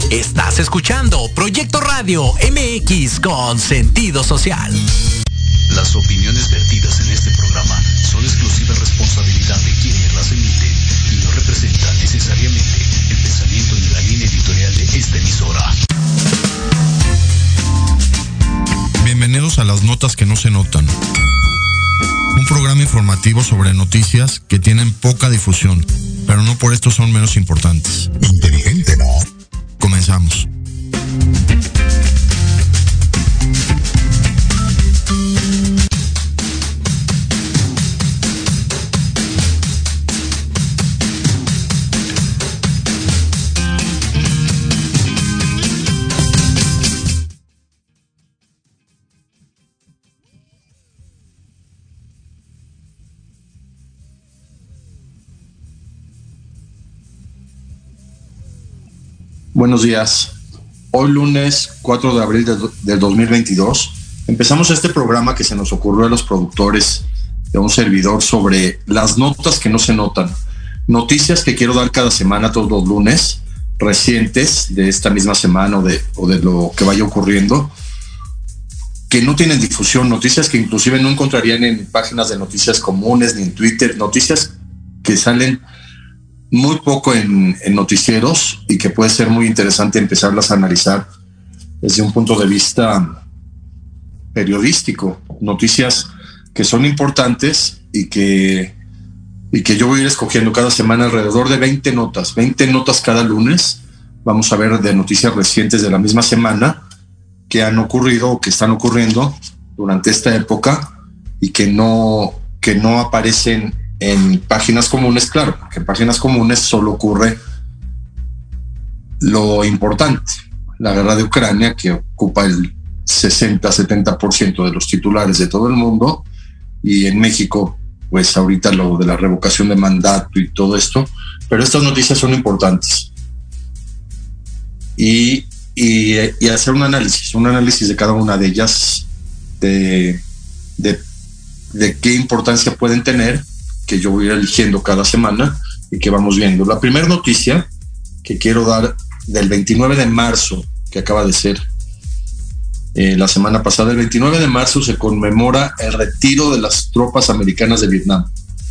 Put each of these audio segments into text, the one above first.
Estás escuchando Proyecto Radio MX con sentido social. Las opiniones vertidas en este programa son exclusiva responsabilidad de quienes las emiten y no representan necesariamente el pensamiento ni la línea editorial de esta emisora. Bienvenidos a Las Notas que no se notan. Un programa informativo sobre noticias que tienen poca difusión, pero no por esto son menos importantes. Inteligente, ¿no? Comenzamos. Buenos días. Hoy lunes 4 de abril del 2022 empezamos este programa que se nos ocurrió a los productores de un servidor sobre las notas que no se notan. Noticias que quiero dar cada semana, todos los lunes, recientes de esta misma semana o de lo que vaya ocurriendo, que no tienen difusión, noticias que inclusive no encontrarían en páginas de noticias comunes ni en Twitter, noticias que salen muy poco en noticieros y que puede ser muy interesante empezarlas a analizar desde un punto de vista periodístico. Noticias que son importantes y que yo voy a ir escogiendo cada semana alrededor de 20 notas cada lunes. Vamos a ver de noticias recientes de la misma semana que han ocurrido o que están ocurriendo durante esta época y que no aparecen en páginas comunes. Claro, porque en páginas comunes solo ocurre lo importante, la guerra de Ucrania, que ocupa el 60-70% de los titulares de todo el mundo, y en México, pues ahorita lo de la revocación de mandato y todo esto, pero estas noticias son importantes. Y hacer un análisis de cada una de ellas, de qué importancia pueden tener, que yo voy a ir eligiendo cada semana y que vamos viendo. La primera noticia que quiero dar del 29 de marzo, que acaba de ser la semana pasada, el 29 de marzo se conmemora el retiro de las tropas americanas de Vietnam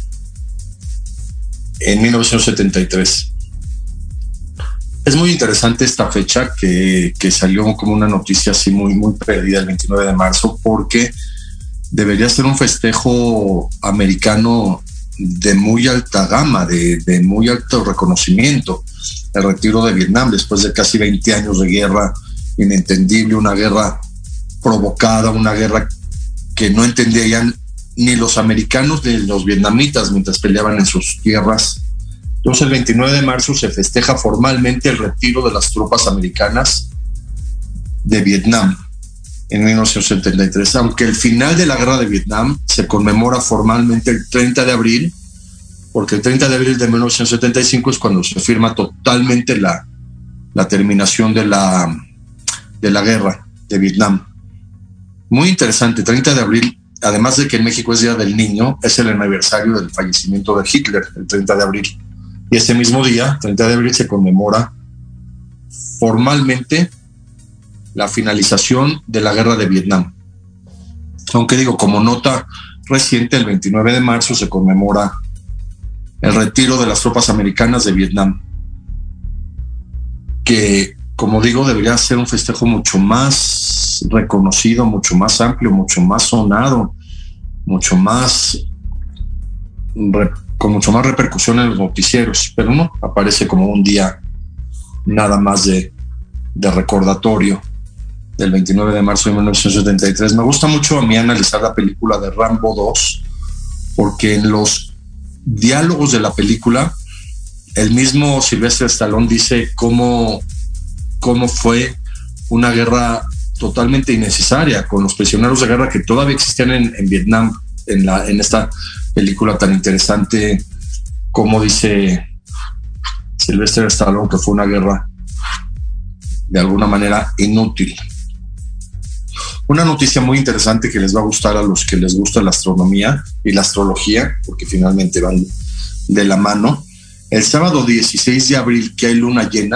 en 1973. Es muy interesante esta fecha que salió como una noticia así muy, muy perdida el 29 de marzo, porque debería ser un festejo americano de muy alta gama, de muy alto reconocimiento, el retiro de Vietnam después de casi 20 años de guerra inentendible, una guerra provocada, una guerra que no entendían ni los americanos ni los vietnamitas mientras peleaban en sus tierras. Entonces el 29 de marzo se festeja formalmente el retiro de las tropas americanas de Vietnam en 1973, aunque el final de la guerra de Vietnam se conmemora formalmente el 30 de abril, porque el 30 de abril de 1975 es cuando se firma totalmente la terminación de la guerra de Vietnam. Muy interesante, 30 de abril, además de que en México es Día del Niño, es el aniversario del fallecimiento de Hitler, el 30 de abril. Y ese mismo día, 30 de abril, se conmemora formalmente la finalización de la guerra de Vietnam. Aunque digo, como nota reciente, el 29 de marzo se conmemora el retiro de las tropas americanas de Vietnam, que, como digo, debería ser un festejo mucho más reconocido, mucho más amplio, mucho más sonado, mucho más con mucho más repercusión en los noticieros, pero no, aparece como un día nada más de recordatorio del 29 de marzo de 1973. Me gusta mucho a mí analizar la película de Rambo 2, porque en los diálogos de la película, el mismo Sylvester Stallone dice cómo fue una guerra totalmente innecesaria, con los prisioneros de guerra que todavía existían en Vietnam, en esta película tan interesante, como dice Sylvester Stallone, que fue una guerra de alguna manera inútil. Una noticia muy interesante que les va a gustar a los que les gusta la astronomía y la astrología, porque finalmente van de la mano. El sábado 16 de abril, que hay luna llena,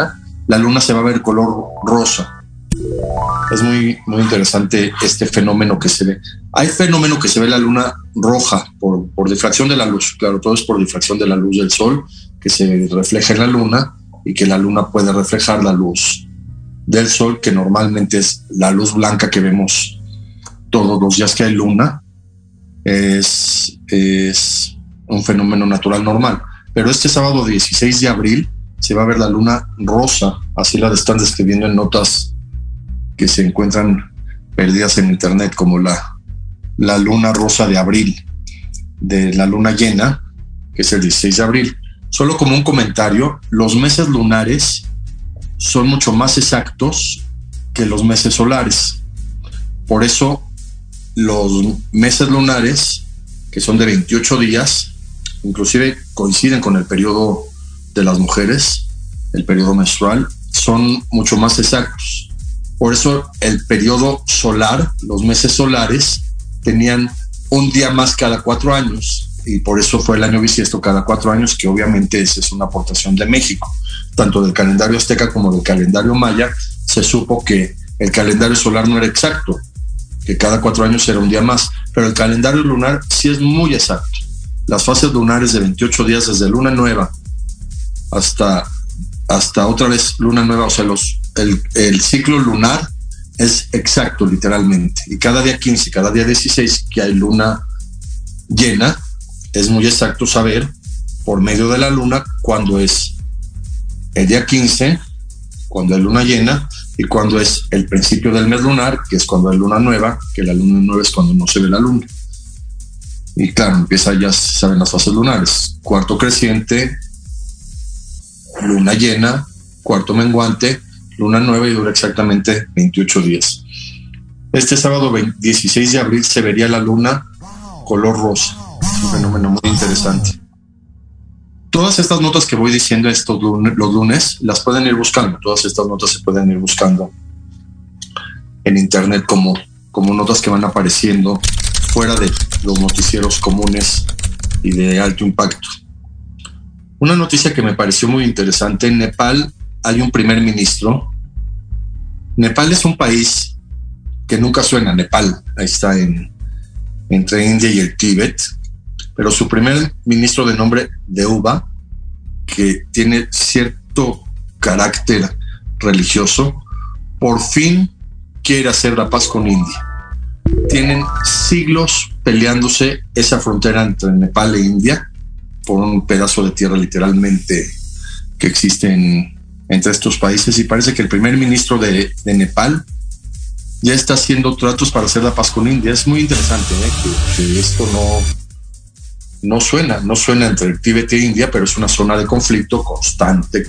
la luna se va a ver color rosa. Es muy, muy interesante este fenómeno que se ve. Hay fenómeno que se ve la luna roja por difracción de la luz. Claro, todo es por difracción de la luz del sol que se refleja en la luna y que la luna puede reflejar la luz del sol, que normalmente es la luz blanca que vemos todos los días que hay luna. Es un fenómeno natural normal. Pero este sábado 16 de abril se va a ver la luna rosa. Así la están describiendo en notas que se encuentran perdidas en internet, como la luna rosa de abril, de la luna llena, que es el 16 de abril. Solo como un comentario, los meses lunares son mucho más exactos que los meses solares. Por eso los meses lunares, que son de 28 días, inclusive coinciden con el periodo de las mujeres, el periodo menstrual, son mucho más exactos. Por eso el periodo solar, los meses solares, tenían un día más cada 4 años, y por eso fue el año bisiesto cada 4 años, que obviamente esa es una aportación de México. Tanto del calendario azteca como del calendario maya, se supo que el calendario solar no era exacto, que cada 4 años era un día más, pero el calendario lunar sí es muy exacto. Las fases lunares de 28 días desde luna nueva hasta otra vez luna nueva, o sea, el ciclo lunar es exacto literalmente, y cada día 15, cada día 16 que hay luna llena, es muy exacto saber por medio de la luna cuándo es el día 15, cuando hay luna llena, y cuándo es el principio del mes lunar, que es cuando hay luna nueva, que la luna nueva es cuando no se ve la luna. Y claro, empieza, ya se saben las fases lunares: cuarto creciente, luna llena, cuarto menguante, luna nueva, y dura exactamente 28 días. Este sábado 16 de abril se vería la luna color rosa. Un fenómeno muy interesante. Todas estas notas que voy diciendo los lunes, las pueden ir buscando. Todas estas notas se pueden ir buscando en internet como notas que van apareciendo fuera de los noticieros comunes y de alto impacto. Una noticia que me pareció muy interesante: en Nepal hay un primer ministro. Nepal es un país que nunca suena, Nepal, ahí está entre India y el Tíbet, pero su primer ministro, de nombre Deuba, que tiene cierto carácter religioso, por fin quiere hacer la paz con India. Tienen siglos peleándose esa frontera entre Nepal e India por un pedazo de tierra literalmente que existe entre estos países, y parece que el primer ministro de Nepal ya está haciendo tratos para hacer la paz con India. Es muy interesante, que esto no suena entre el Tíbet e India, pero es una zona de conflicto constante,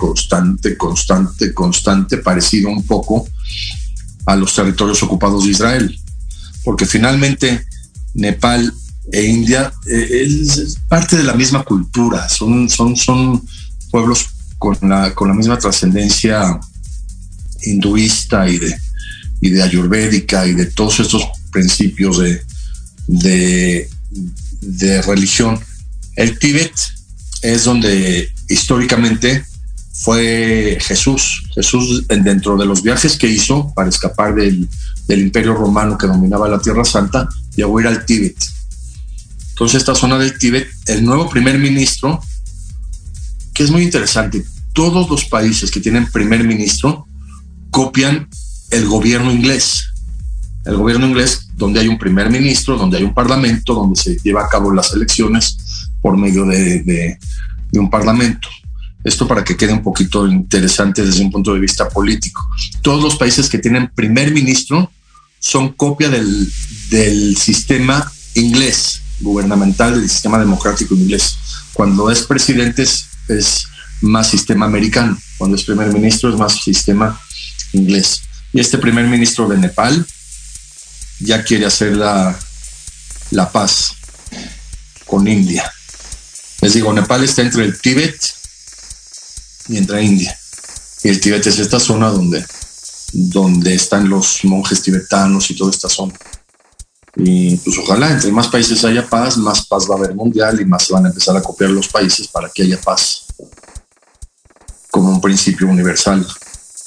parecido un poco a los territorios ocupados de Israel, porque finalmente Nepal e India es parte de la misma cultura, son pueblos con la misma trascendencia hinduista y de ayurvédica y de todos estos principios de religión. El Tíbet es donde históricamente fue Jesús. Jesús, dentro de los viajes que hizo para escapar del Imperio Romano que dominaba la Tierra Santa, llegó a ir al Tíbet. Entonces, esta zona del Tíbet, el nuevo primer ministro, que es muy interesante, todos los países que tienen primer ministro copian el gobierno inglés. El gobierno inglés, donde hay un primer ministro, donde hay un parlamento, donde se lleva a cabo las elecciones por medio de un parlamento. Esto para que quede un poquito interesante desde un punto de vista político. Todos los países que tienen primer ministro son copia del sistema inglés, gubernamental, del sistema democrático inglés. Cuando es presidente es más sistema americano, cuando es primer ministro es más sistema inglés. Y este primer ministro de Nepal ya quiere hacer la paz con India. Les digo, Nepal está entre el Tíbet y entre India. Y el Tíbet es esta zona donde están los monjes tibetanos y toda esta zona. Y pues ojalá entre más países haya paz, más paz va a haber mundial y más se van a empezar a copiar los países para que haya paz como un principio universal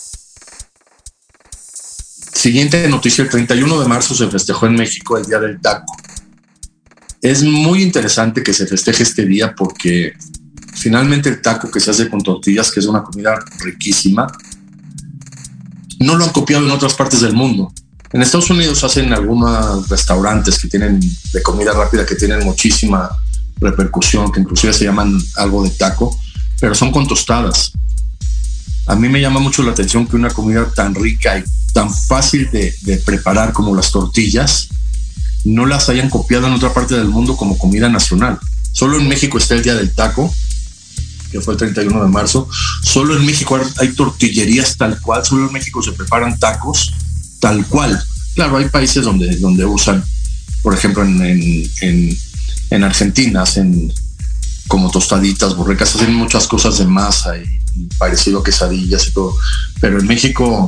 Siguiente noticia, el 31 de marzo se festejó en México el Día del Taco. Es muy interesante que se festeje este día porque finalmente el taco que se hace con tortillas, que es una comida riquísima, no lo han copiado en otras partes del mundo. En Estados Unidos hacen algunos restaurantes que tienen de comida rápida que tienen muchísima repercusión, que inclusive se llaman algo de taco, pero son con tostadas. A mí me llama mucho la atención que una comida tan rica y tan fácil de preparar como las tortillas no las hayan copiado en otra parte del mundo como comida nacional. Solo en México está el Día del Taco, que fue el 31 de marzo. Solo en México hay tortillerías tal cual, solo en México se preparan tacos tal cual. Claro, hay países donde usan, por ejemplo, en Argentina hacen como tostaditas, borrecas, hacen muchas cosas de masa y parecido a quesadillas y todo. Pero en México,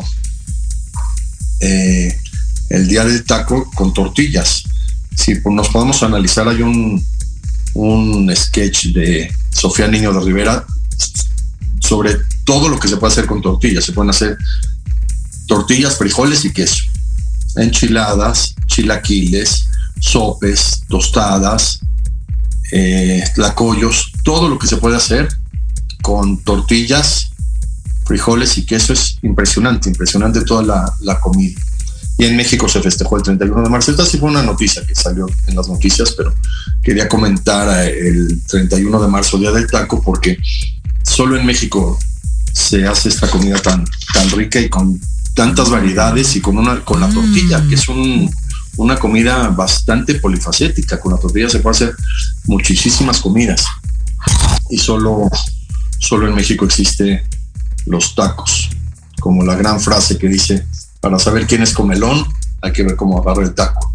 el Día del Taco con tortillas. Si nos podemos analizar, hay un sketch de Sofía Niño de Rivera sobre todo lo que se puede hacer con tortillas. Se pueden hacer tortillas, frijoles y queso, enchiladas, chilaquiles, sopes, tostadas, tlacoyos, todo lo que se puede hacer con tortillas, frijoles y queso. Es impresionante toda la comida. Y en México se festejó el 31 de marzo. Esta sí fue una noticia que salió en las noticias, pero quería comentar el 31 de marzo, Día del Taco, porque solo en México se hace esta comida tan rica y con tantas variedades, y con la tortilla, que es una comida bastante polifacética. Con la tortilla se puede hacer muchísimas comidas, y solo en México existe los tacos, como la gran frase que dice: para saber quién es comelón, hay que ver cómo agarra el taco.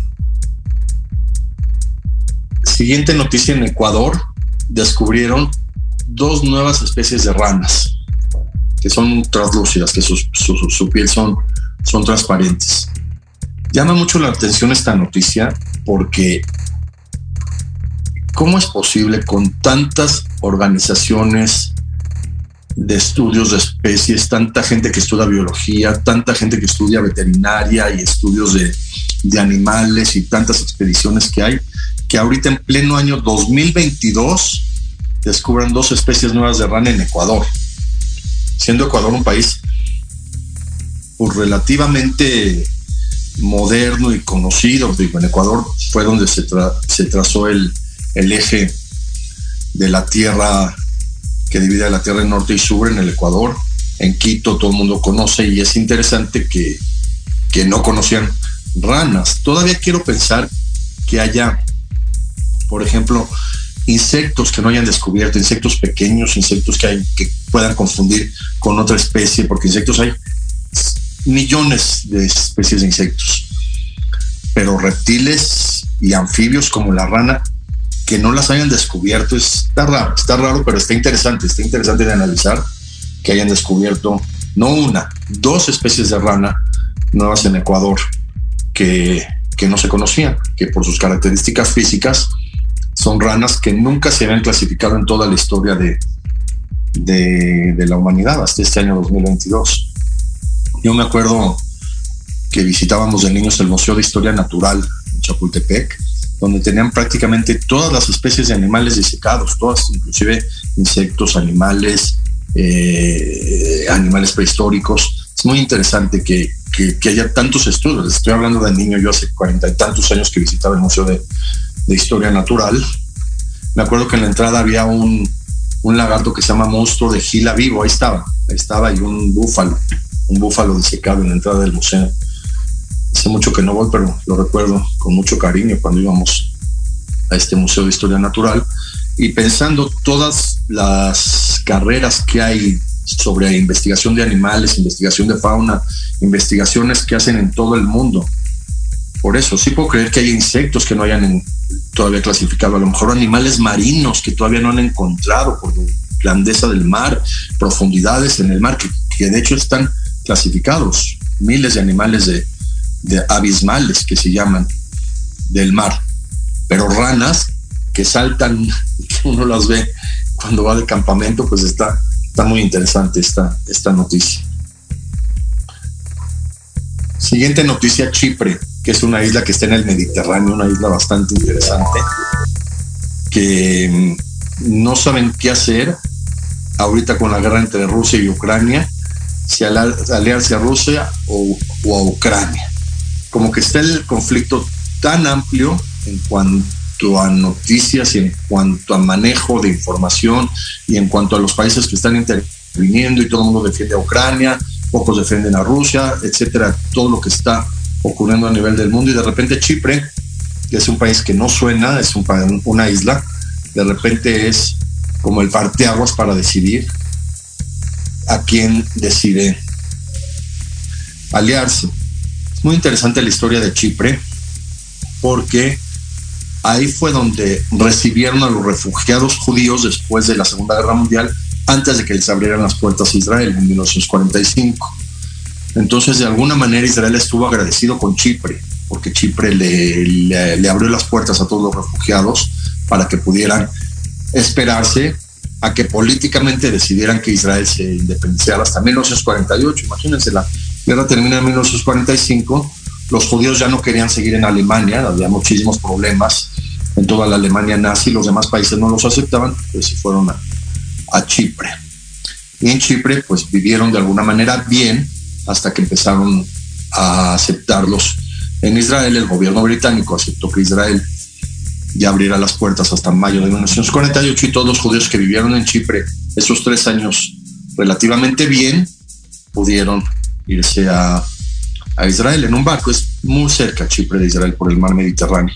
Siguiente noticia, en Ecuador descubrieron 2 nuevas especies de ranas que son translúcidas, que su piel son transparentes. Llama mucho la atención esta noticia porque ¿cómo es posible con tantas organizaciones de estudios de especies, tanta gente que estudia biología, tanta gente que estudia veterinaria y estudios de animales y tantas expediciones que hay, que ahorita en pleno año 2022 descubran 2 especies nuevas de rana en Ecuador, siendo Ecuador un país pues relativamente moderno y conocido? Digo, en Ecuador fue donde se trazó el eje de la Tierra que divide la Tierra en norte y sur en el Ecuador. En Quito todo el mundo conoce, y es interesante que no conocían ranas. Todavía quiero pensar que haya, por ejemplo, insectos que no hayan descubierto, insectos pequeños, insectos que puedan confundir con otra especie, porque insectos hay millones de especies de insectos, pero reptiles y anfibios como la rana, que no las hayan descubierto, está raro, pero está interesante de analizar que hayan descubierto no 1, 2 especies de rana nuevas en Ecuador que no se conocían, que por sus características físicas son ranas que nunca se habían clasificado en toda la historia de la humanidad hasta este año 2022. Yo me acuerdo que visitábamos de niños el Museo de Historia Natural en Chapultepec, donde tenían prácticamente todas las especies de animales disecados, todas, inclusive insectos, animales prehistóricos. Es muy interesante que haya tantos estudios. Estoy hablando de niño, yo hace 40 y tantos años que visitaba el Museo de Historia Natural. Me acuerdo que en la entrada había un lagarto que se llama monstruo de Gila vivo, ahí estaba, y un búfalo disecado en la entrada del museo. Hace mucho que no voy, pero lo recuerdo con mucho cariño cuando íbamos a este Museo de Historia Natural, y pensando todas las carreras que hay sobre investigación de animales, investigación de fauna, investigaciones que hacen en todo el mundo. Por eso sí puedo creer que hay insectos que no hayan todavía clasificado, a lo mejor animales marinos que todavía no han encontrado por la grandeza del mar, profundidades en el mar que de hecho están clasificados, miles de animales de abismales que se llaman del mar, pero ranas que saltan, que uno las ve cuando va de campamento. Pues está muy interesante esta noticia. Siguiente noticia, Chipre, que es una isla que está en el Mediterráneo, una isla bastante interesante, que no saben qué hacer ahorita con la guerra entre Rusia y Ucrania, si aliarse a Rusia o a Ucrania. Como que está el conflicto tan amplio en cuanto a noticias y en cuanto a manejo de información y en cuanto a los países que están interviniendo, y todo el mundo defiende a Ucrania, pocos defienden a Rusia, etcétera, todo lo que está ocurriendo a nivel del mundo. Y de repente Chipre, que es un país que no suena, es una isla, de repente es como el parteaguas para decidir a quién decide aliarse. Es muy interesante la historia de Chipre, porque ahí fue donde recibieron a los refugiados judíos después de la Segunda Guerra Mundial, antes de que les abrieran las puertas a Israel en 1945. Entonces, de alguna manera, Israel estuvo agradecido con Chipre, porque Chipre le abrió las puertas a todos los refugiados para que pudieran esperarse a que políticamente decidieran que Israel se independizara hasta 1948. Imagínense, la guerra termina en 1945, los judíos ya no querían seguir en Alemania, había muchísimos problemas en toda la Alemania nazi, los demás países no los aceptaban, pues se fueron a Chipre. Y en Chipre pues vivieron de alguna manera bien hasta que empezaron a aceptarlos en Israel. El gobierno británico aceptó que Israel ya abriera las puertas hasta mayo de 1948, y todos los judíos que vivieron en Chipre esos 3 años relativamente bien pudieron irse a Israel en un barco. Es muy cerca Chipre de Israel por el mar Mediterráneo.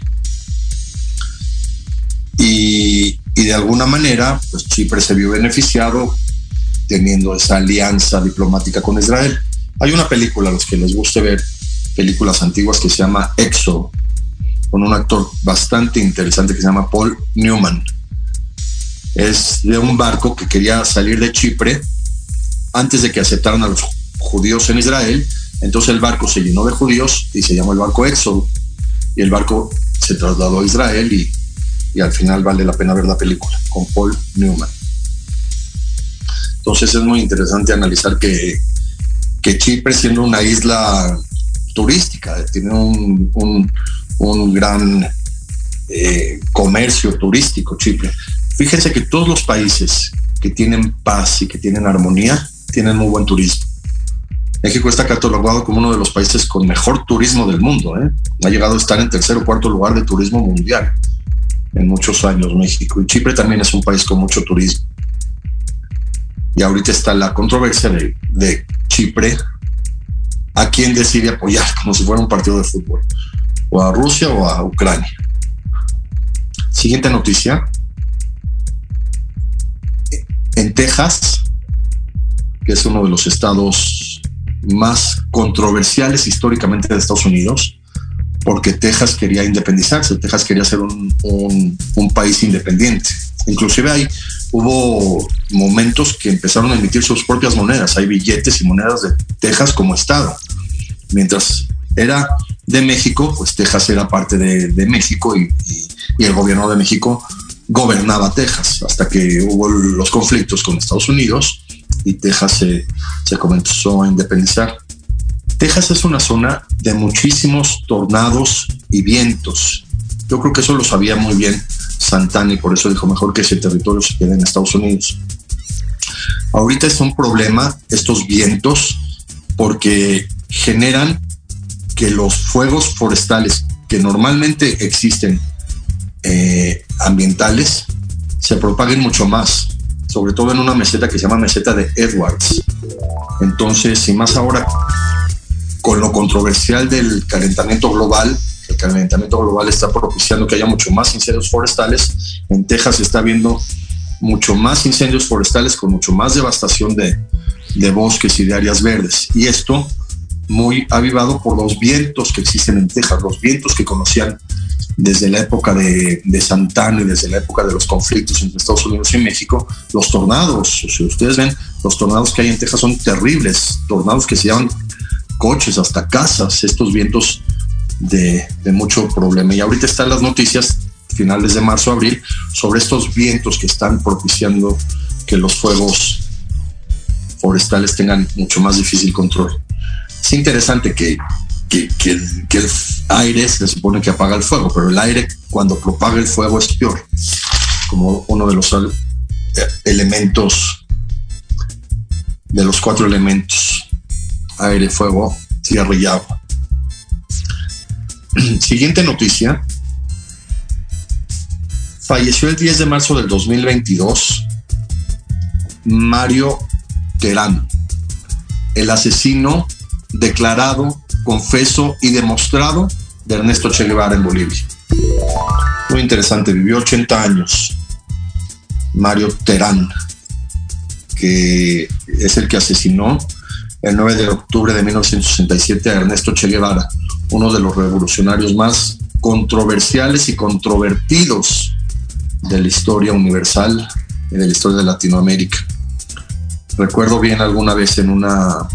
Y de alguna manera, pues Chipre se vio beneficiado teniendo esa alianza diplomática con Israel. Hay una película, a los que les guste ver películas antiguas, que se llama Éxodo, con un actor bastante interesante que se llama Paul Newman. Es de un barco que quería salir de Chipre antes de que aceptaran a los judíos en Israel. Entonces el barco se llenó de judíos y se llamó el barco Éxodo, y el barco se trasladó a Israel, y al final vale la pena ver la película con Paul Newman. Entonces es muy interesante analizar que Chipre, siendo una isla turística, tiene un gran comercio turístico. Chipre, fíjense que todos los países que tienen paz y que tienen armonía tienen muy buen turismo. México está catalogado como uno de los países con mejor turismo del mundo, ha llegado a estar en 3er o 4er lugar de turismo mundial en muchos años México, y Chipre también es un país con mucho turismo. Y ahorita está la controversia de Chipre, a quién decide apoyar, como si fuera un partido de fútbol, o a Rusia o a Ucrania. Siguiente noticia. En Texas, que es uno de los estados más controversiales históricamente de Estados Unidos, porque Texas quería independizarse, Texas quería ser un país independiente. Inclusive ahí hubo momentos que empezaron a emitir sus propias monedas. Hay billetes y monedas de Texas como estado. Mientras era de México, pues Texas era parte de México, y el gobierno de México gobernaba Texas hasta que hubo los conflictos con Estados Unidos y Texas se comenzó a independizar. Texas es una zona de muchísimos tornados y vientos. Yo creo que eso lo sabía muy bien Santana, y por eso dijo mejor que ese territorio se quede en Estados Unidos. Ahorita es un problema estos vientos, porque generan que los fuegos forestales que normalmente existen ambientales se propaguen mucho más, sobre todo en una meseta que se llama meseta de Edwards. Entonces, y más ahora con lo controversial del calentamiento global, el calentamiento global está propiciando que haya mucho más incendios forestales. En Texas se está viendo mucho más incendios forestales, con mucho más devastación de bosques y de áreas verdes. Y esto muy avivado por los vientos que existen en Texas, los vientos que conocían desde la época de Santana y desde la época de los conflictos entre Estados Unidos y México. Los tornados, si ustedes ven, los tornados que hay en Texas son terribles, tornados que se llevan coches, hasta casas, estos vientos de mucho problema. Y ahorita están las noticias, finales de marzo, abril, sobre estos vientos que están propiciando que los fuegos forestales tengan mucho más difícil control. Es interesante que el aire se supone que apaga el fuego, pero el aire cuando propaga el fuego es peor, como uno de los elementos, de los 4 elementos: aire, fuego, tierra y agua. Siguiente noticia. Falleció el 10 de marzo del 2022 Mario Terán, el asesino declarado, confeso y demostrado de Ernesto Che Guevara en Bolivia. Muy interesante, vivió 80 años Mario Terán, que es el que asesinó el 9 de octubre de 1967 a Ernesto Che Guevara, uno de los revolucionarios más controversiales y controvertidos de la historia universal y de la historia de Latinoamérica. Recuerdo bien alguna vez en una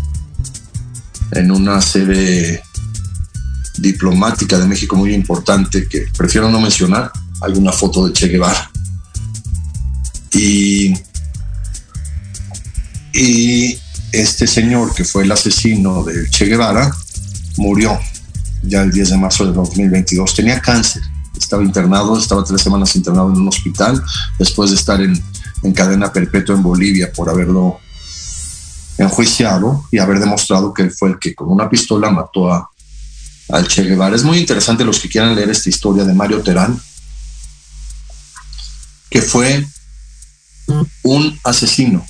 sede diplomática de México muy importante, que prefiero no mencionar, hay una foto de Che Guevara. Y este señor, que fue el asesino de Che Guevara, murió ya el 10 de marzo de 2022. Tenía cáncer, estaba internado, estaba 3 semanas internado en un hospital después de estar en cadena perpetua en Bolivia por haberlo enjuiciado y haber demostrado que él fue el que con una pistola mató al Che Guevara. Es muy interesante, los que quieran leer esta historia de Mario Terán, que fue un asesino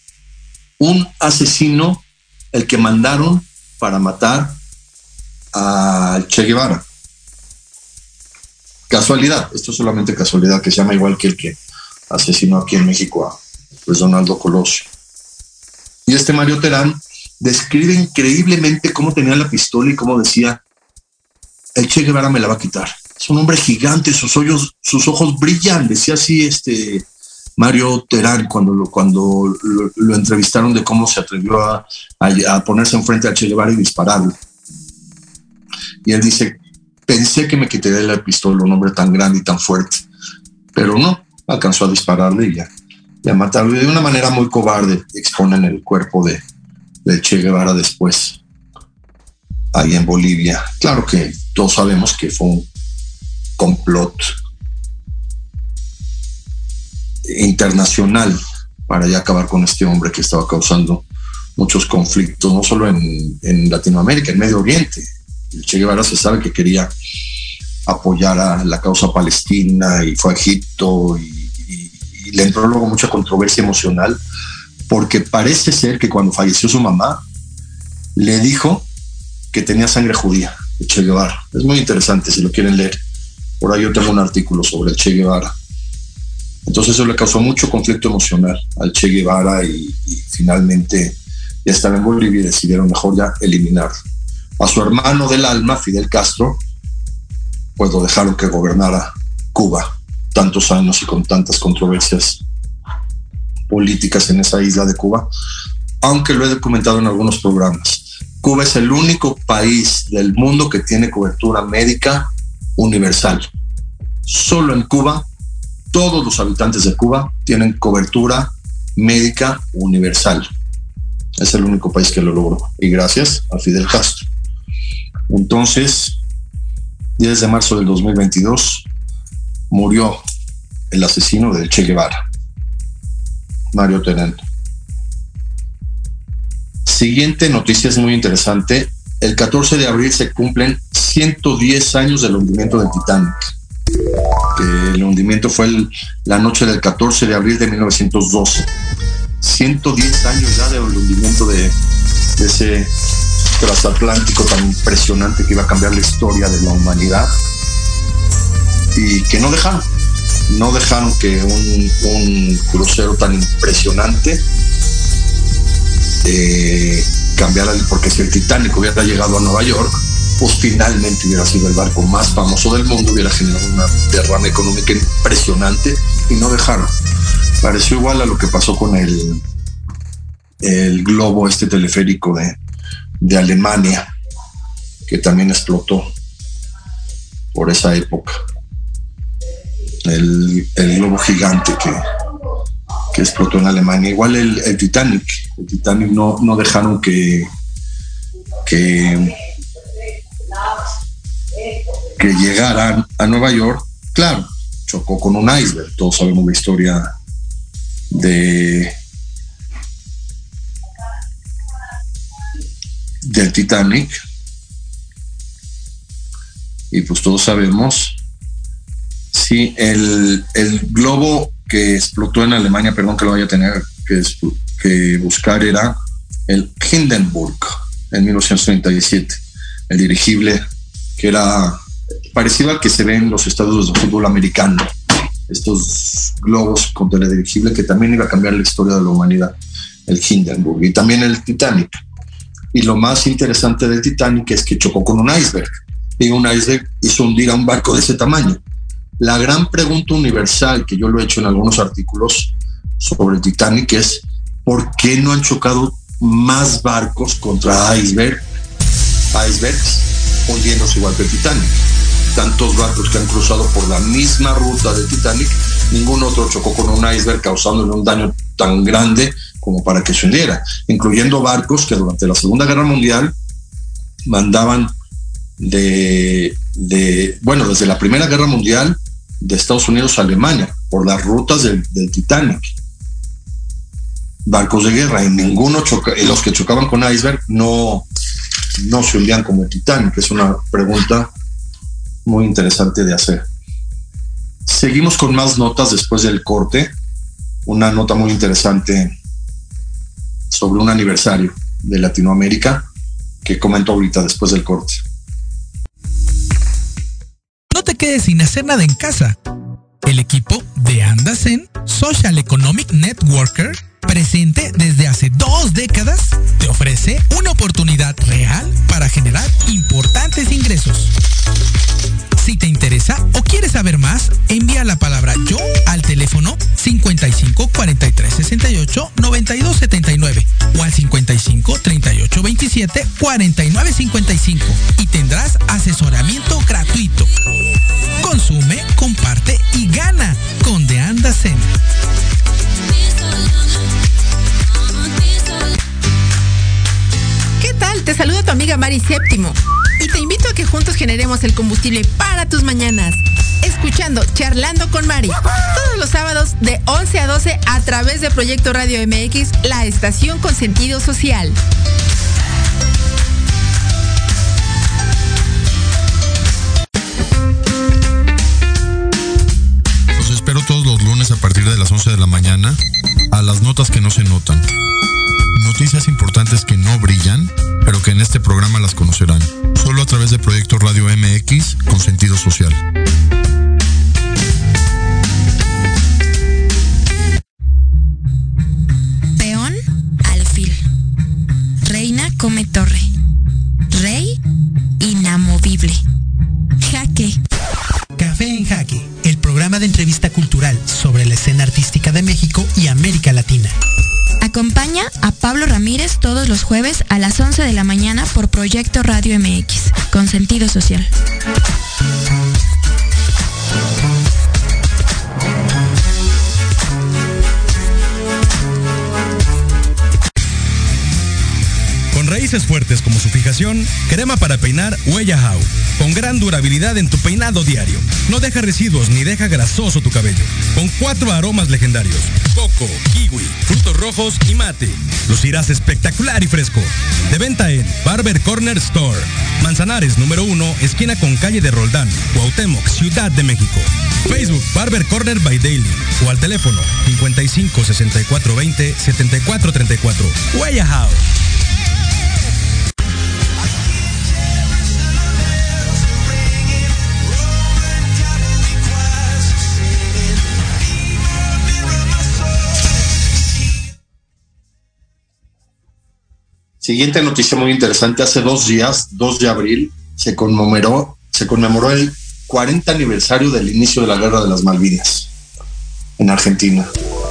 el que mandaron para matar al Che Guevara. Casualidad, esto es solamente casualidad, que se llama igual que el que asesinó aquí en México a Donaldo Colosio. Y este Mario Terán describe increíblemente cómo tenía la pistola y cómo decía: el Che Guevara me la va a quitar. Es un hombre gigante, sus ojos brillan, decía así Mario Terán cuando lo entrevistaron de cómo se atrevió a ponerse enfrente al Che Guevara y dispararle. Y él dice: pensé que me quitaría la pistola, un hombre tan grande y tan fuerte, pero no, alcanzó a dispararle y a matarlo. Y de una manera muy cobarde exponen el cuerpo de Che Guevara después, ahí en Bolivia. Claro que todos sabemos que fue un complot internacional para ya acabar con este hombre que estaba causando muchos conflictos, no solo en Latinoamérica, en Medio Oriente. El Che Guevara se sabe que quería apoyar a la causa palestina y fue a Egipto y le entró luego mucha controversia emocional, porque parece ser que cuando falleció su mamá le dijo que tenía sangre judía, el Che Guevara. Es muy interesante si lo quieren leer. Por ahí yo tengo un artículo sobre el Che Guevara. Entonces eso le causó mucho conflicto emocional al Che Guevara y finalmente ya estaba en Bolivia y decidieron mejor ya eliminarlo. A su hermano del alma, Fidel Castro, pues lo dejaron que gobernara Cuba tantos años y con tantas controversias políticas en esa isla de Cuba, aunque lo he documentado en algunos programas. Cuba es el único país del mundo que tiene cobertura médica universal. Solo en Cuba, todos los habitantes de Cuba tienen cobertura médica universal. Es el único país que lo logró, y gracias a Fidel Castro. Entonces, 10 de marzo del 2022 murió el asesino del Che Guevara, Mario Terán. Siguiente noticia es muy interesante. El 14 de abril se cumplen 110 años del hundimiento del Titanic. El hundimiento fue la noche del 14 de abril de 1912. 110 años ya del hundimiento de ese transatlántico tan impresionante que iba a cambiar la historia de la humanidad, y que no dejaron que un crucero tan impresionante cambiara, porque si el Titanic hubiera llegado a Nueva York, pues finalmente hubiera sido el barco más famoso del mundo, hubiera generado una derrama económica impresionante, y no dejaron. Pareció igual a lo que pasó con el globo teleférico de Alemania, que también explotó por esa época. El globo gigante que explotó en Alemania. Igual el Titanic no dejaron que que llegara a Nueva York, claro, chocó con un iceberg. Todos sabemos la historia del Titanic, y pues todos sabemos, sí, el globo que explotó en Alemania, perdón que lo vaya a tener que buscar, era el Hindenburg en 1937, el dirigible que era parecido al que se ve en los estadios de fútbol americano, estos globos con teledirigible, que también iba a cambiar la historia de la humanidad, el Hindenburg, y también el Titanic. Y lo más interesante del Titanic es que chocó con un iceberg, y un iceberg hizo hundir a un barco de ese tamaño. La gran pregunta universal, que yo lo he hecho en algunos artículos sobre el Titanic, es ¿por qué no han chocado más barcos contra icebergs hundiéndose igual que el Titanic? Tantos barcos que han cruzado por la misma ruta del Titanic, ningún otro chocó con un iceberg causándole un daño tan grande como para que se hundiera, incluyendo barcos que durante la Segunda Guerra Mundial mandaban desde la Primera Guerra Mundial de Estados Unidos a Alemania por las rutas del Titanic, barcos de guerra, y ninguno los que chocaban con iceberg no se hundían como el Titanic. Es una pregunta muy interesante de hacer. Seguimos con más notas después del corte. Una nota muy interesante sobre un aniversario de Latinoamérica que comento ahorita después del corte. No te quedes sin hacer nada en casa. El equipo de Andasen, Social Economic Networker, presente desde hace 2 décadas, te ofrece una oportunidad real para generar importantes ingresos. Si te interesa o quieres saber más, envía la palabra yo al teléfono 55 43 68 92 79 o al 55 38 27 49 55 y tendrás asesoramiento gratuito. Consume, comparte y gana con The Andasen. ¿Qué tal? Te saluda tu amiga Mari Séptimo y te invito a que juntos generemos el combustible para tus mañanas, escuchando Charlando con Mari, todos los sábados de 11 a 12 a través de Proyecto Radio MX, la estación con sentido social. Los espero todos los lunes a partir de las 11 de la mañana a las notas que no se notan. Noticias importantes que no brillan, pero que en este programa las conocerán. Solo a través de Proyecto Radio MX con sentido social. Peón, alfil. Reina come torre. Rey, inamovible. Jaque. Café en Jaque, el programa de entrevista cultural sobre la escena artística de México y América Latina. Acompaña a Pablo Ramírez todos los jueves a las 11 de la mañana por Proyecto Radio MX, con sentido social. Con raíces fuertes como su fijación, crema para peinar Huella How, con gran durabilidad en tu peinado diario. No deja residuos ni deja grasoso tu cabello. Con 4 aromas legendarios: coco, kiwi, frutos rojos y mate. Lucirás espectacular y fresco. De venta en Barber Corner Store, Manzanares número 1, esquina con calle de Roldán, Cuauhtémoc, Ciudad de México. Facebook Barber Corner by Daily o al teléfono 55 64 20 74 34. Huella How. Siguiente noticia muy interesante. Hace 2 días, 2 de abril, se conmemoró el 40 aniversario del inicio de la Guerra de las Malvinas en Argentina.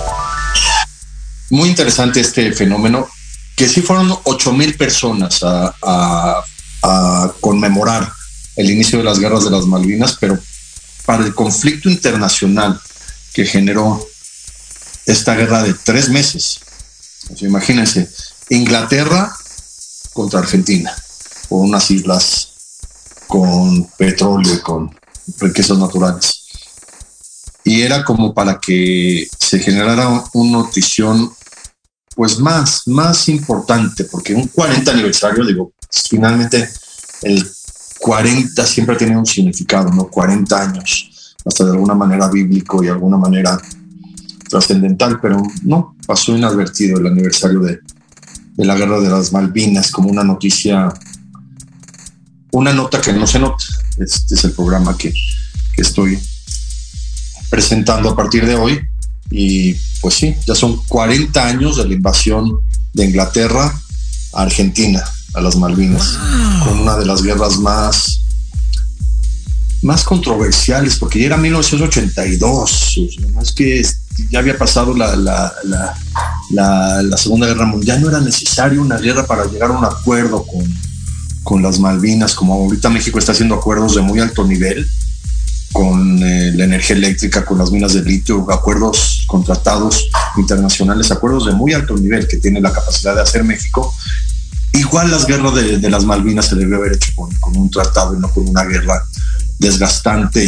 Muy interesante este fenómeno, que sí fueron 8,000 personas a conmemorar el inicio de las Guerras de las Malvinas, pero para el conflicto internacional que generó esta guerra de 3 meses. O sea, imagínense, Inglaterra contra Argentina por unas islas con petróleo y con riquezas naturales. Y era como para que se generara una notición pues más importante, porque un 40 aniversario, digo, finalmente el 40 siempre tiene un significado, ¿no? 40 años, hasta de alguna manera bíblico y de alguna manera trascendental, pero no, pasó inadvertido el aniversario de la Guerra de las Malvinas como una noticia, una nota que no se nota. Este es el programa que estoy presentando a partir de hoy. Y pues sí, ya son 40 años de la invasión de Inglaterra a Argentina, a las Malvinas, con una de las guerras más controversiales, porque ya era 1982, no es que ya había pasado la Segunda Guerra Mundial, no era necesario una guerra para llegar a un acuerdo con las Malvinas, como ahorita México está haciendo acuerdos de muy alto nivel con la energía eléctrica, con las minas de litio, acuerdos con tratados internacionales, acuerdos de muy alto nivel que tiene la capacidad de hacer México. Igual las guerras de las Malvinas se debió haber hecho con un tratado y no con una guerra desgastante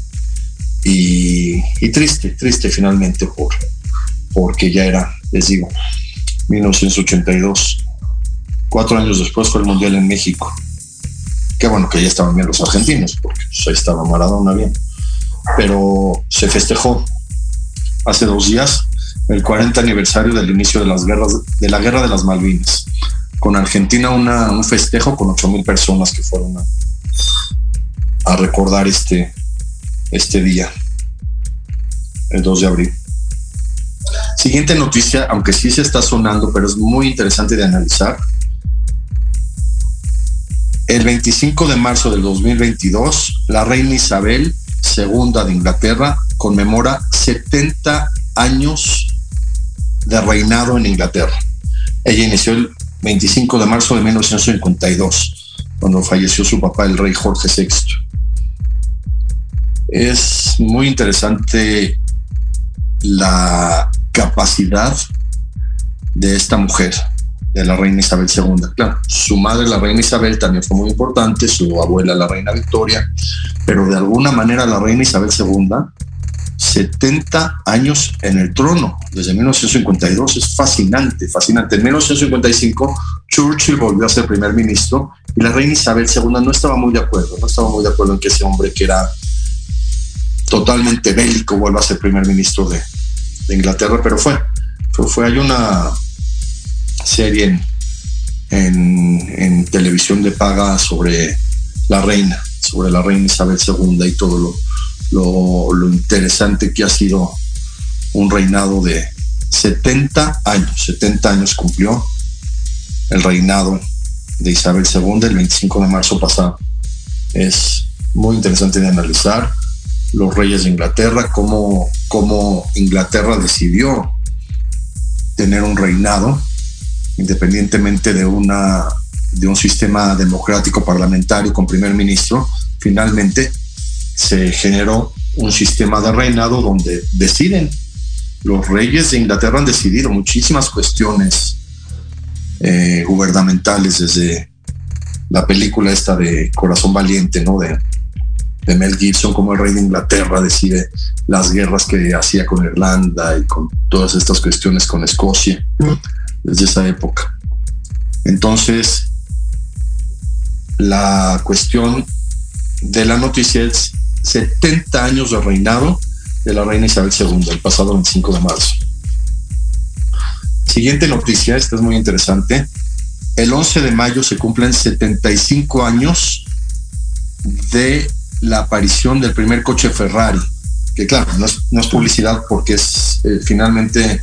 y triste finalmente, porque ya era, les digo, 1982. 4 años después fue el Mundial en México. Qué bueno que ya estaban bien los argentinos, porque pues, ahí estaba Maradona bien. Pero se festejó hace 2 días el 40 aniversario del inicio de la Guerra de las Malvinas. Con Argentina un festejo con 8,000 personas que fueron a recordar este día, el 2 de abril. Siguiente noticia, aunque sí se está sonando, pero es muy interesante de analizar. El 25 de marzo del 2022, la reina Isabel II de Inglaterra conmemora 70 años de reinado en Inglaterra. Ella inició el 25 de marzo de 1952, cuando falleció su papá, el rey Jorge VI. Es muy interesante la capacidad de esta mujer, de la reina Isabel II. Claro, su madre, la reina Isabel, también fue muy importante, su abuela, la reina Victoria, pero de alguna manera la reina Isabel II, 70 años en el trono, desde 1952, es fascinante. En 1955, Churchill volvió a ser primer ministro y la reina Isabel II no estaba muy de acuerdo en que ese hombre que era totalmente bélico vuelva a ser primer ministro de Inglaterra, pero fue. Hay una serie en televisión de paga sobre la reina Isabel II y todo lo interesante que ha sido un reinado de 70 años. 70 años cumplió el reinado de Isabel II el 25 de marzo pasado. Es muy interesante de analizar los reyes de Inglaterra, cómo Inglaterra decidió tener un reinado independientemente de un sistema democrático parlamentario con primer ministro. Finalmente se generó un sistema de reinado donde deciden. Los reyes de Inglaterra han decidido muchísimas cuestiones gubernamentales, desde la película esta de Corazón Valiente, ¿no? de Mel Gibson, como el rey de Inglaterra decide las guerras que hacía con Irlanda y con todas estas cuestiones con Escocia, desde esa época. Entonces, la cuestión de la noticia es 70 años de reinado de la reina Isabel II, el pasado 25 de marzo. Siguiente noticia, esta es muy interesante. El 11 de mayo se cumplen 75 años de la aparición del primer coche Ferrari, que claro, no es publicidad, porque finalmente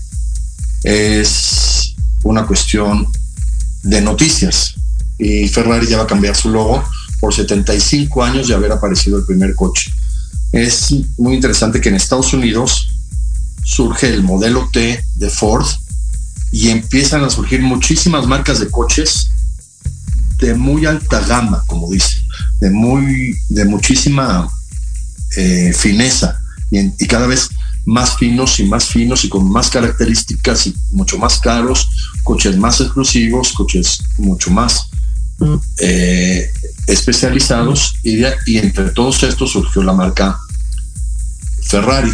es una cuestión de noticias, y Ferrari ya va a cambiar su logo por 75 años de haber aparecido el primer coche. Es muy interesante que en Estados Unidos surge el modelo T de Ford y empiezan a surgir muchísimas marcas de coches de muy alta gama, como dicen, de muchísima fineza, y cada vez más finos y con más características y mucho más caros, coches más exclusivos, coches mucho más especializados y entre todos estos surgió la marca Ferrari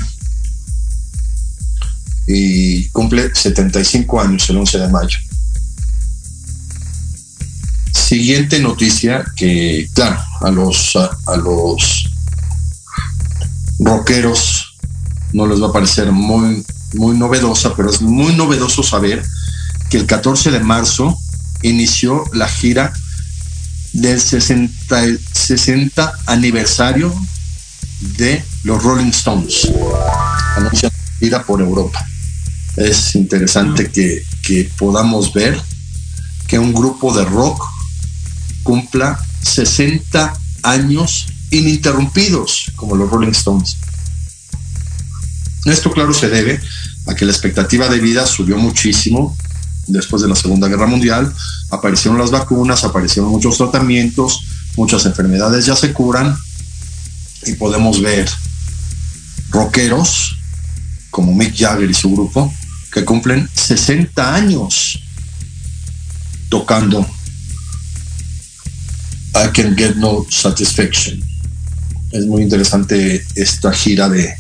y cumple 75 años el 11 de mayo. Siguiente noticia que, claro, a los rockeros no les va a parecer muy novedosa, pero es muy novedoso saber que el 14 de marzo inició la gira del 60 aniversario de los Rolling Stones. Anuncian gira por Europa. Es interesante que podamos ver que un grupo de rock cumpla 60 años ininterrumpidos como los Rolling Stones. Esto, claro, se debe a que la expectativa de vida subió muchísimo después de la Segunda Guerra Mundial. Aparecieron las vacunas, aparecieron muchos tratamientos, muchas enfermedades ya se curan y podemos ver rockeros como Mick Jagger y su grupo que cumplen 60 años tocando I Can Get No Satisfaction. Es muy interesante esta gira de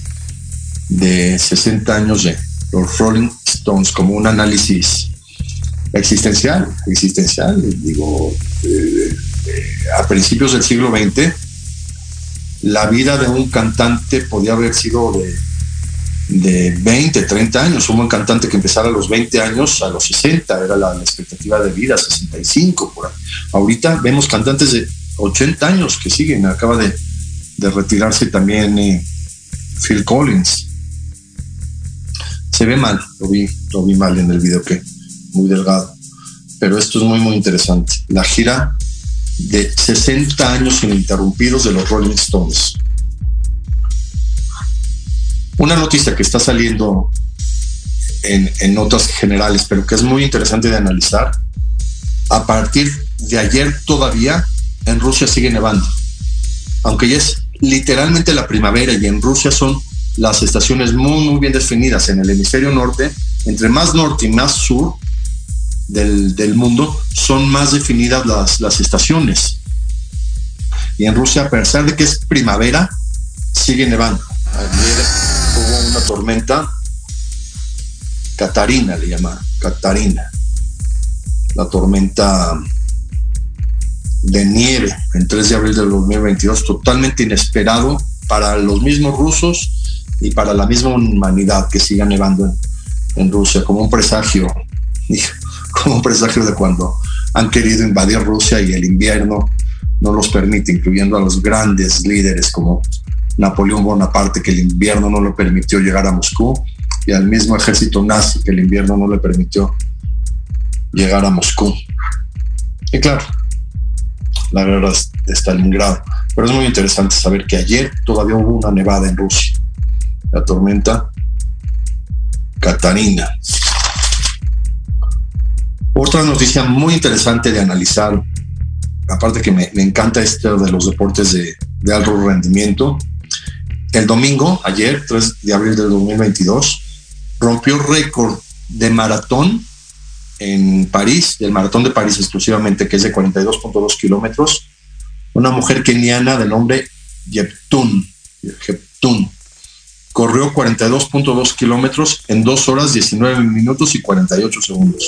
60 años de los Rolling Stones como un análisis existencial. Digo, a principios del siglo XX la vida de un cantante podía haber sido de 20, 30 años. Un buen cantante que empezara a los 20 años, a los 60 era la expectativa de vida, 65 por ahí. Ahorita vemos cantantes de 80 años que siguen. Acaba de retirarse también Phil Collins. Se ve mal, lo vi mal en el video, que muy delgado, pero esto es muy interesante. La gira de 60 años ininterrumpidos de los Rolling Stones. Una noticia que está saliendo en notas generales, pero que es muy interesante de analizar. A partir de ayer todavía en Rusia sigue nevando, aunque ya es literalmente la primavera, y en Rusia son las estaciones muy bien definidas. En el hemisferio norte, entre más norte y más sur del mundo, son más definidas las estaciones. Y en Rusia, a pesar de que es primavera, sigue nevando. Ayer hubo una tormenta, Katarina le llama, Katarina, la tormenta de nieve en 3 de abril del 2022, totalmente inesperado para los mismos rusos y para la misma humanidad, que siga nevando en Rusia, como un presagio de cuando han querido invadir Rusia y el invierno no los permite, incluyendo a los grandes líderes como Napoleón Bonaparte, que el invierno no le permitió llegar a Moscú, y al mismo ejército nazi, que el invierno no le permitió llegar a Moscú. Y claro, la guerra de Stalingrado. Pero es muy interesante saber que ayer todavía hubo una nevada en Rusia, la tormenta Katarina. Otra noticia muy interesante de analizar, aparte que me encanta esto de los deportes de alto rendimiento. El domingo, ayer, 3 de abril del 2022, rompió récord de maratón en París, del maratón de París exclusivamente, que es de 42.2 kilómetros, una mujer keniana de nombre Jeptun. Corrió 42.2 kilómetros en 2 horas, 19 minutos y 48 segundos.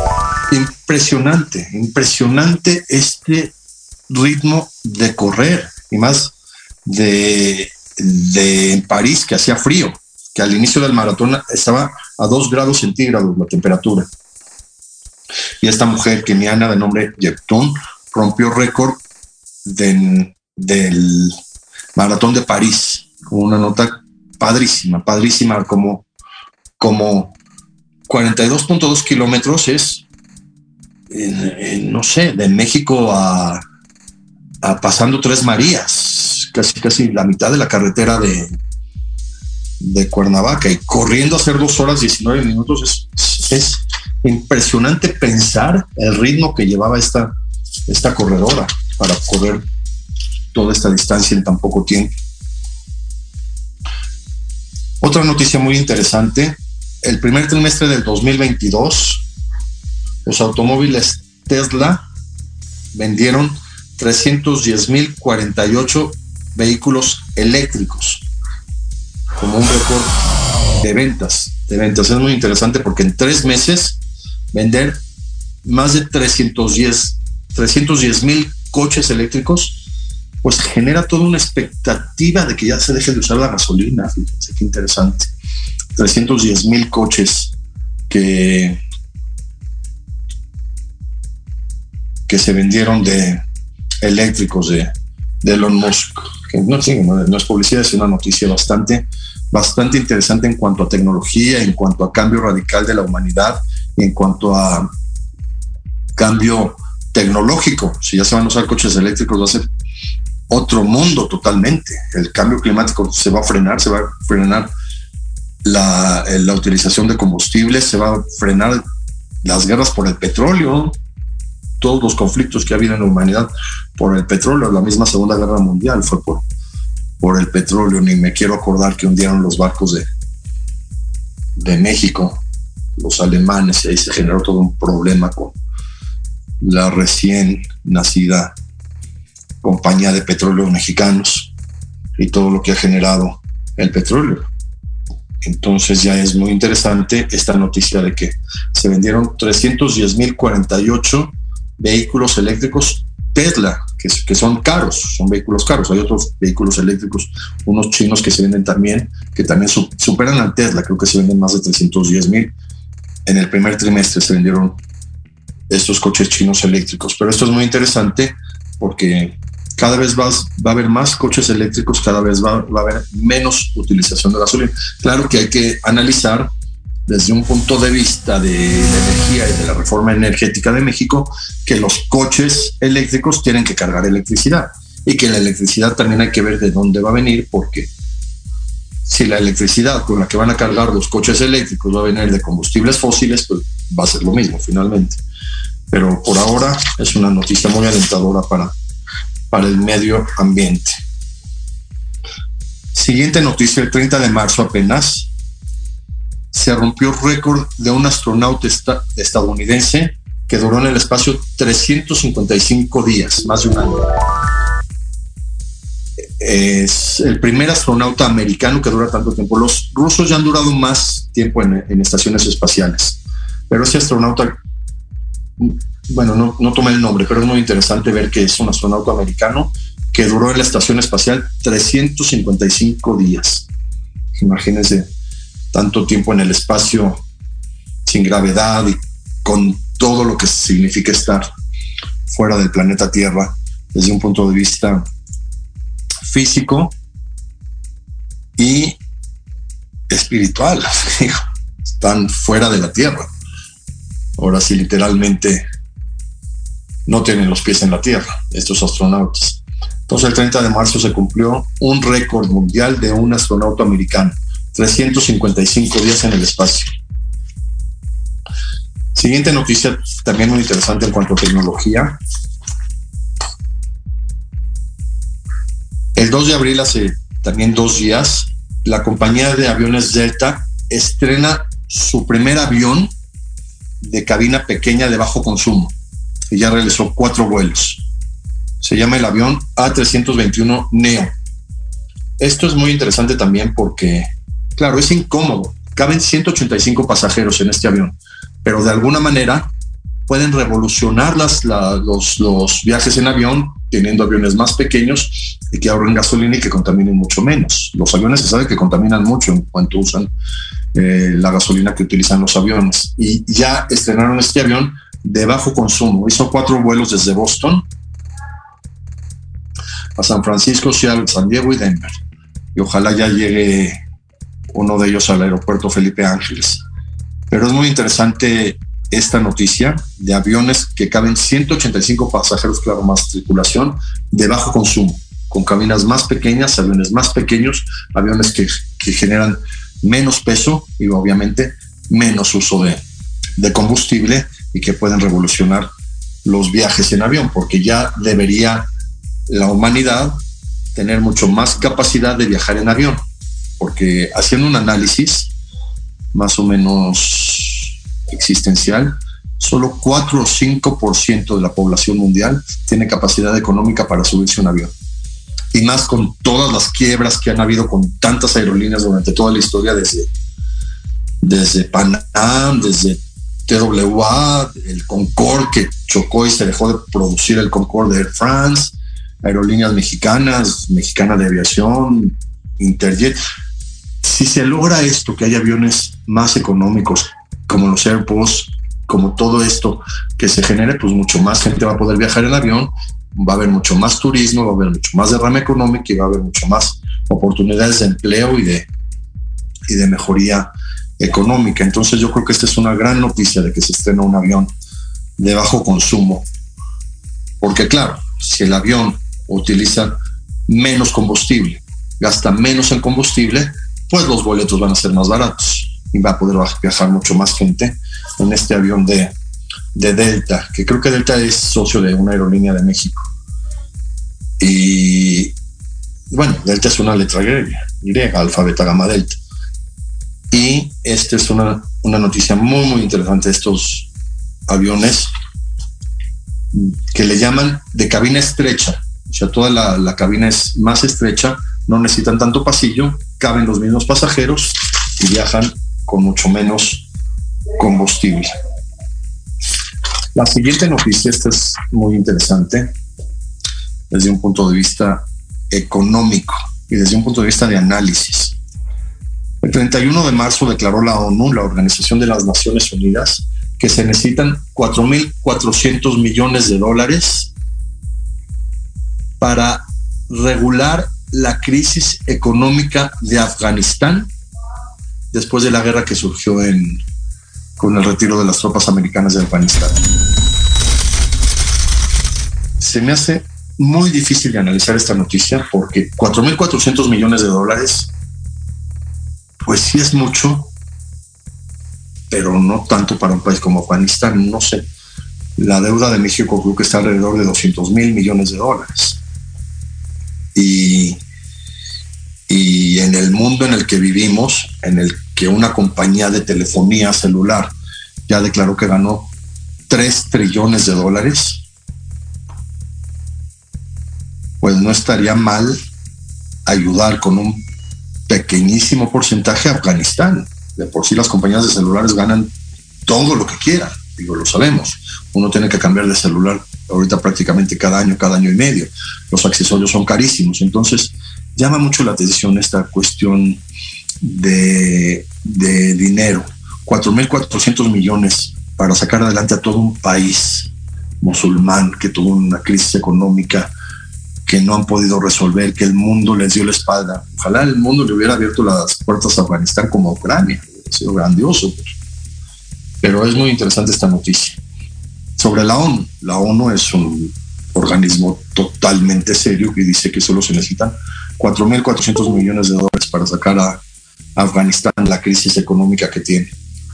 Impresionante este ritmo de correr, y más de en París, que hacía frío, que al inicio del maratón estaba a 2 grados centígrados la temperatura. Y esta mujer keniana de nombre Jeptun rompió récord del maratón de París, con una nota padrísima, como 42.2 kilómetros es, no sé, de México a pasando Tres Marías, casi la mitad de la carretera de Cuernavaca, y corriendo a hacer 2 horas 19 minutos. Es impresionante pensar el ritmo que llevaba esta corredora para correr toda esta distancia en tan poco tiempo. Otra noticia muy interesante: el primer trimestre del 2022, los automóviles Tesla vendieron 310,048 vehículos eléctricos, como un récord de ventas. Es muy interesante porque en 3 meses vender más de 310,000 coches eléctricos, pues genera toda una expectativa de que ya se deje de usar la gasolina. Fíjense qué interesante. 310,000 coches que se vendieron de eléctricos de Elon Musk. Que no es publicidad, es una noticia bastante interesante en cuanto a tecnología, en cuanto a cambio radical de la humanidad y en cuanto a cambio tecnológico. Si ya se van a usar coches eléctricos, va a ser otro mundo totalmente. El cambio climático se va a frenar la utilización de combustibles, se va a frenar las guerras por el petróleo, todos los conflictos que ha habido en la humanidad por el petróleo. La misma Segunda Guerra Mundial fue por el petróleo. Ni me quiero acordar que hundieron los barcos de México, los alemanes, y ahí se generó todo un problema con la recién nacida Compañía de Petróleos Mexicanos y todo lo que ha generado el petróleo. Entonces ya es muy interesante esta noticia de que se vendieron 310,048 vehículos eléctricos Tesla, que son caros, son vehículos caros. Hay otros vehículos eléctricos, unos chinos que se venden también, que también superan al Tesla. Creo que se venden más de 310,000. En el primer trimestre se vendieron estos coches chinos eléctricos. Pero esto es muy interesante porque cada vez va a haber más coches eléctricos, cada vez va a haber menos utilización de gasolina. Claro que hay que analizar desde un punto de vista de la energía y de la reforma energética de México, que los coches eléctricos tienen que cargar electricidad y que la electricidad también hay que ver de dónde va a venir, porque si la electricidad con la que van a cargar los coches eléctricos va a venir de combustibles fósiles, pues va a ser lo mismo finalmente. Pero por ahora es una noticia muy alentadora para el medio ambiente. Siguiente noticia, el 30 de marzo apenas se rompió récord de un astronauta estadounidense que duró en el espacio 355 días, más de un año. Es el primer astronauta americano que dura tanto tiempo. Los rusos ya han durado más tiempo en estaciones espaciales, pero ese astronauta, bueno, no tomé el nombre, pero es muy interesante ver que es un astronauta americano que duró en la estación espacial 355 días. Imagínense tanto tiempo en el espacio sin gravedad y con todo lo que significa estar fuera del planeta Tierra desde un punto de vista físico y espiritual. Están fuera de la Tierra. Ahora sí, literalmente no tienen los pies en la Tierra estos astronautas. Entonces el 30 de marzo se cumplió un récord mundial de un astronauta americano, 355 días en el espacio. Siguiente noticia, también muy interesante en cuanto a tecnología. El 2 de abril, hace también 2 días, la compañía de aviones Delta estrena su primer avión de cabina pequeña de bajo consumo y ya realizó 4 vuelos. Se llama el avión A321 Neo. Esto es muy interesante también porque, claro, es incómodo. Caben 185 pasajeros en este avión, pero de alguna manera pueden revolucionar los viajes en avión teniendo aviones más pequeños y que ahorren gasolina y que contaminen mucho menos. Los aviones se sabe que contaminan mucho en cuanto usan la gasolina que utilizan los aviones. Y ya estrenaron este avión de bajo consumo. Hizo 4 vuelos desde Boston a San Francisco, Seattle, San Diego y Denver. Y ojalá ya llegue uno de ellos al aeropuerto Felipe Ángeles. Pero es muy interesante esta noticia de aviones que caben 185 pasajeros, claro, más tripulación, de bajo consumo, con cabinas más pequeñas, aviones más pequeños, aviones que generan menos peso y obviamente menos uso de combustible y que pueden revolucionar los viajes en avión, porque ya debería la humanidad tener mucho más capacidad de viajar en avión, porque haciendo un análisis más o menos existencial, solo 4 o 5% de la población mundial tiene capacidad económica para subirse a un avión. Y más con todas las quiebras que han habido con tantas aerolíneas durante toda la historia, desde Pan Am, desde TWA, el Concorde que chocó y se dejó de producir el Concorde de Air France, aerolíneas mexicanas, Mexicana de Aviación, Interjet. Si se logra esto, que haya aviones más económicos, como los Airbus, como todo esto que se genere, pues mucho más gente va a poder viajar en avión, va a haber mucho más turismo, va a haber mucho más derrame económico y va a haber mucho más oportunidades de empleo y de mejoría económica. Entonces yo creo que esta es una gran noticia de que se estrena un avión de bajo consumo, porque claro, si el avión utiliza menos combustible, gasta menos en combustible, pues los boletos van a ser más baratos y va a poder viajar mucho más gente en este avión de Delta, que creo que Delta es socio de una aerolínea de México. Y bueno, Delta es una letra griega, alfa, beta, gamma, delta. Y esta es una noticia muy, muy interesante. Estos aviones que le llaman de cabina estrecha, o sea, toda la cabina es más estrecha, no necesitan tanto pasillo, caben los mismos pasajeros y viajan con mucho menos combustible. La siguiente noticia, esta es muy interesante desde un punto de vista económico y desde un punto de vista de análisis. El 31 de marzo declaró la ONU, la Organización de las Naciones Unidas, que se necesitan 4.400 millones de dólares para regular la crisis económica de Afganistán después de la guerra que surgió con el retiro de las tropas americanas de Afganistán. Se me hace muy difícil de analizar esta noticia porque 4.400 millones de dólares, pues sí es mucho, pero no tanto para un país como Afganistán. No sé, la deuda de México creo que está alrededor de 200.000 millones de dólares. Y en el mundo en el que vivimos, en el que una compañía de telefonía celular ya declaró que ganó 3 trillones de dólares, pues no estaría mal ayudar con un pequeñísimo porcentaje a Afganistán. De por sí las compañías de celulares ganan todo lo que quieran, digo, lo sabemos. Uno tiene que cambiar de celular ahorita prácticamente cada año y medio. Los accesorios son carísimos, entonces llama mucho la atención esta cuestión de dinero. 4.400 millones para sacar adelante a todo un país musulmán que tuvo una crisis económica que no han podido resolver, que el mundo les dio la espalda. Ojalá el mundo le hubiera abierto las puertas a Afganistán como a Ucrania, hubiera sido grandioso. Pero es muy interesante esta noticia. Sobre la ONU. La ONU es un organismo totalmente serio que dice que solo se necesitan 4.400 millones de dólares para sacar a Afganistán la crisis económica que tiene.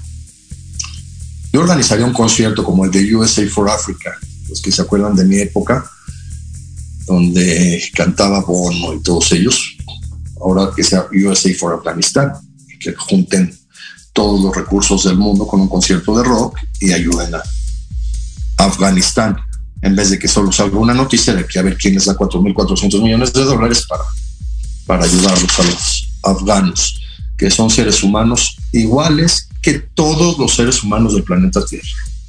Yo organizaría un concierto como el de USA for Africa, los que se acuerdan de mi época, donde cantaba Bono y todos ellos. Ahora que sea USA for Afganistán, y que junten todos los recursos del mundo con un concierto de rock y ayuden a Afganistán, en vez de que solo salga una noticia de que a ver quién les da 4.400 millones de dólares para ayudarlos a los afganos, que son seres humanos iguales que todos los seres humanos del planeta Tierra.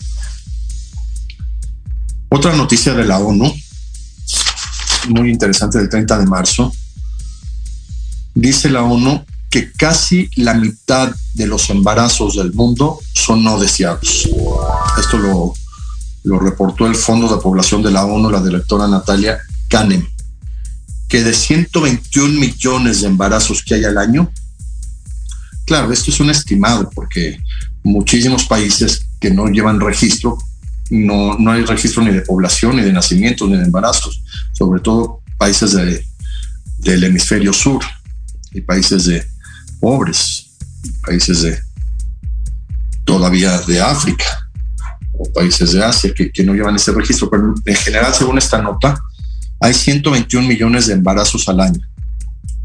Otra noticia de la ONU, muy interesante, del 30 de marzo, dice la ONU que casi la mitad de los embarazos del mundo son no deseados. Esto lo reportó el Fondo de Población de la ONU, la directora Natalia Kanem, que de 121 millones de embarazos que hay al año, claro, esto es un estimado porque muchísimos países que no llevan registro, no hay registro ni de población, ni de nacimientos, ni de embarazos, sobre todo países del hemisferio sur y países de pobres, países todavía de África o países de Asia que no llevan ese registro, pero en general, según esta nota, hay 121 millones de embarazos al año.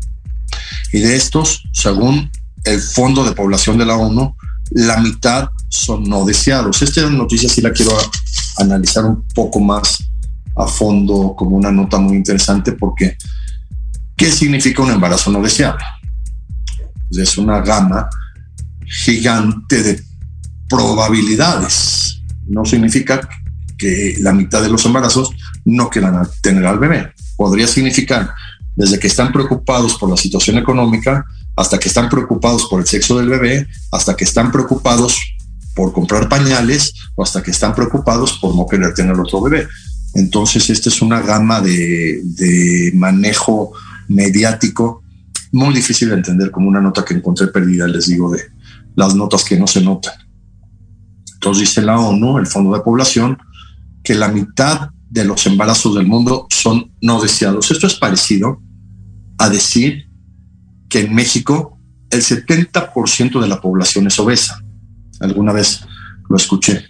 Y de estos, según el Fondo de Población de la ONU, la mitad son no deseados. Esta noticia sí la quiero analizar un poco más a fondo como una nota muy interesante, porque ¿qué significa un embarazo no deseado? Es una gama gigante de probabilidades. No significa que la mitad de los embarazos no quieran tener al bebé. Podría significar desde que están preocupados por la situación económica, hasta que están preocupados por el sexo del bebé, hasta que están preocupados por comprar pañales, o hasta que están preocupados por no querer tener otro bebé. Entonces, esta es una gama de manejo mediático muy difícil de entender, como una nota que encontré perdida, les digo, de las notas que no se notan. Entonces dice la ONU, el Fondo de Población, que la mitad de los embarazos del mundo son no deseados. Esto es parecido a decir que en México el 70% de la población es obesa. Alguna vez lo escuché.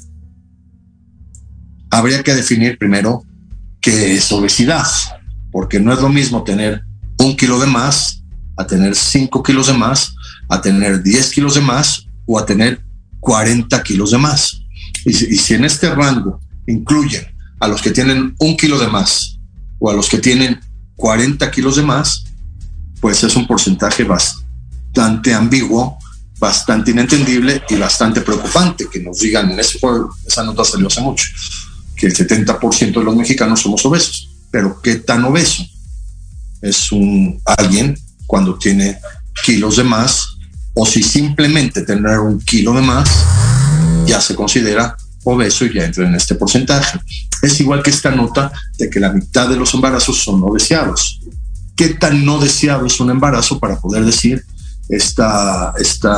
Habría que definir primero qué es obesidad, porque no es lo mismo tener 1 kilo de más, a tener 5 kilos de más, a tener 10 kilos de más o a tener 40 kilos de más. Y si en este rango incluyen a los que tienen 1 kilo de más o a los que tienen 40 kilos de más, pues es un porcentaje bastante ambiguo, bastante inentendible y bastante preocupante que nos digan, esa nota salió hace mucho, que el 70% de los mexicanos somos obesos. Pero ¿qué tan obeso es alguien cuando tiene kilos de más? O si simplemente tener 1 kilo de más ya se considera obeso y ya entra en este porcentaje. Es igual que esta nota de que la mitad de los embarazos son no deseados. ¿Qué tan no deseado es un embarazo para poder decir esta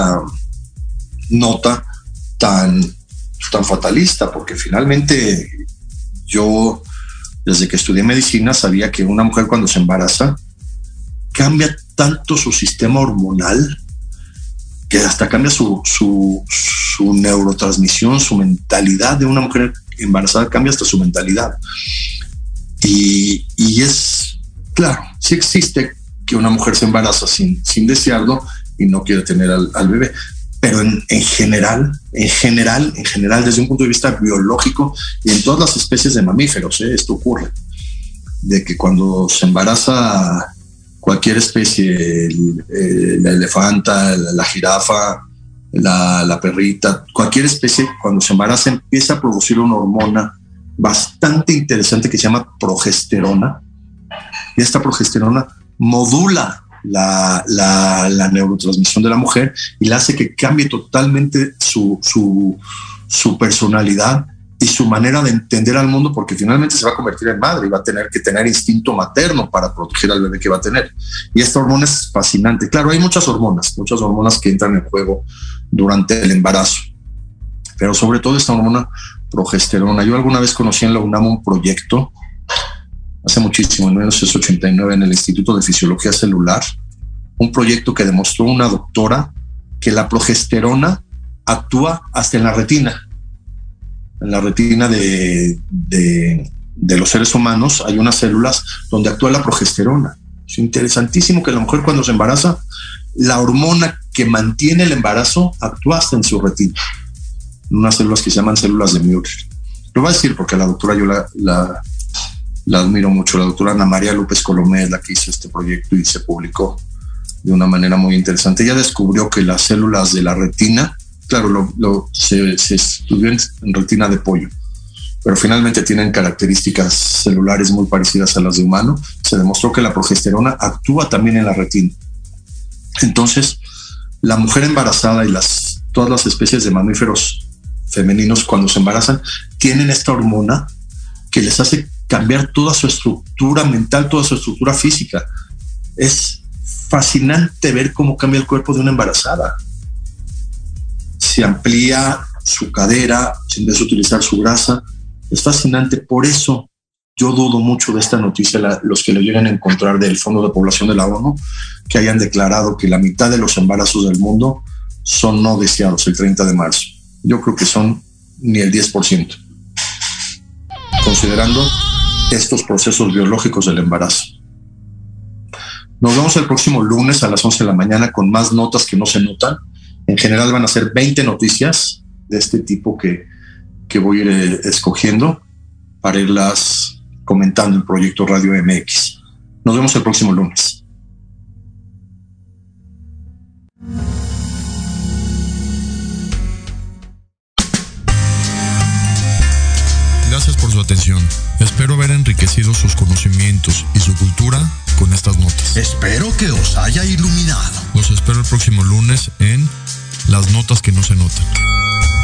nota tan fatalista? Porque finalmente yo, desde que estudié medicina, sabía que una mujer cuando se embaraza cambia tanto su sistema hormonal que hasta cambia su neurotransmisión, su mentalidad. De una mujer embarazada cambia hasta su mentalidad. Y es claro, sí existe que una mujer se embaraza sin desearlo y no quiere tener al bebé, pero en general, desde un punto de vista biológico y en todas las especies de mamíferos, esto ocurre, de que cuando se embaraza cualquier especie, la elefanta, la jirafa, la perrita, cualquier especie, cuando se embaraza empieza a producir una hormona bastante interesante que se llama progesterona, y esta progesterona modula la neurotransmisión de la mujer y la hace que cambie totalmente su personalidad y su manera de entender al mundo, porque finalmente se va a convertir en madre y va a tener que tener instinto materno para proteger al bebé que va a tener. Y esta hormona es fascinante. Claro, hay muchas hormonas que entran en juego durante el embarazo, pero sobre todo esta hormona progesterona. Yo alguna vez conocí en la UNAM un proyecto, hace muchísimo, en 1989, en el Instituto de Fisiología Celular, un proyecto que demostró una doctora que la progesterona actúa hasta en la retina. En la retina de los seres humanos hay unas células donde actúa la progesterona. Es interesantísimo que la mujer cuando se embaraza, la hormona que mantiene el embarazo actúa hasta en su retina, en unas células que se llaman células de Müller. Lo voy a decir porque la doctora yo la admiro mucho. La doctora Ana María López Colomé es la que hizo este proyecto y se publicó de una manera muy interesante. Ella descubrió que las células de la retina, claro, se estudió en retina de pollo, pero finalmente tienen características celulares muy parecidas a las de humano. Se demostró que la progesterona actúa también en la retina. Entonces, la mujer embarazada y todas las especies de mamíferos femeninos cuando se embarazan tienen esta hormona que les hace cambiar toda su estructura mental, toda su estructura física. Es fascinante ver cómo cambia el cuerpo de una embarazada. Se amplía su cadera en vez de utilizar su grasa. Es fascinante. Por eso yo dudo mucho de esta noticia, los que lo llegan a encontrar del Fondo de Población de la ONU, que hayan declarado que la mitad de los embarazos del mundo son no deseados el 30 de marzo. Yo creo que son ni el 10%, considerando estos procesos biológicos del embarazo. Nos vemos el próximo lunes a las 11 de la mañana con más notas que no se notan. En general van a ser 20 noticias de este tipo que voy a ir escogiendo para irlas comentando en Proyecto Radio MX. Nos vemos el próximo lunes. Gracias por su atención. Espero haber enriquecido sus conocimientos y su cultura con estas notas. Espero que os haya iluminado. Los espero el próximo lunes en Las Notas que no se notan.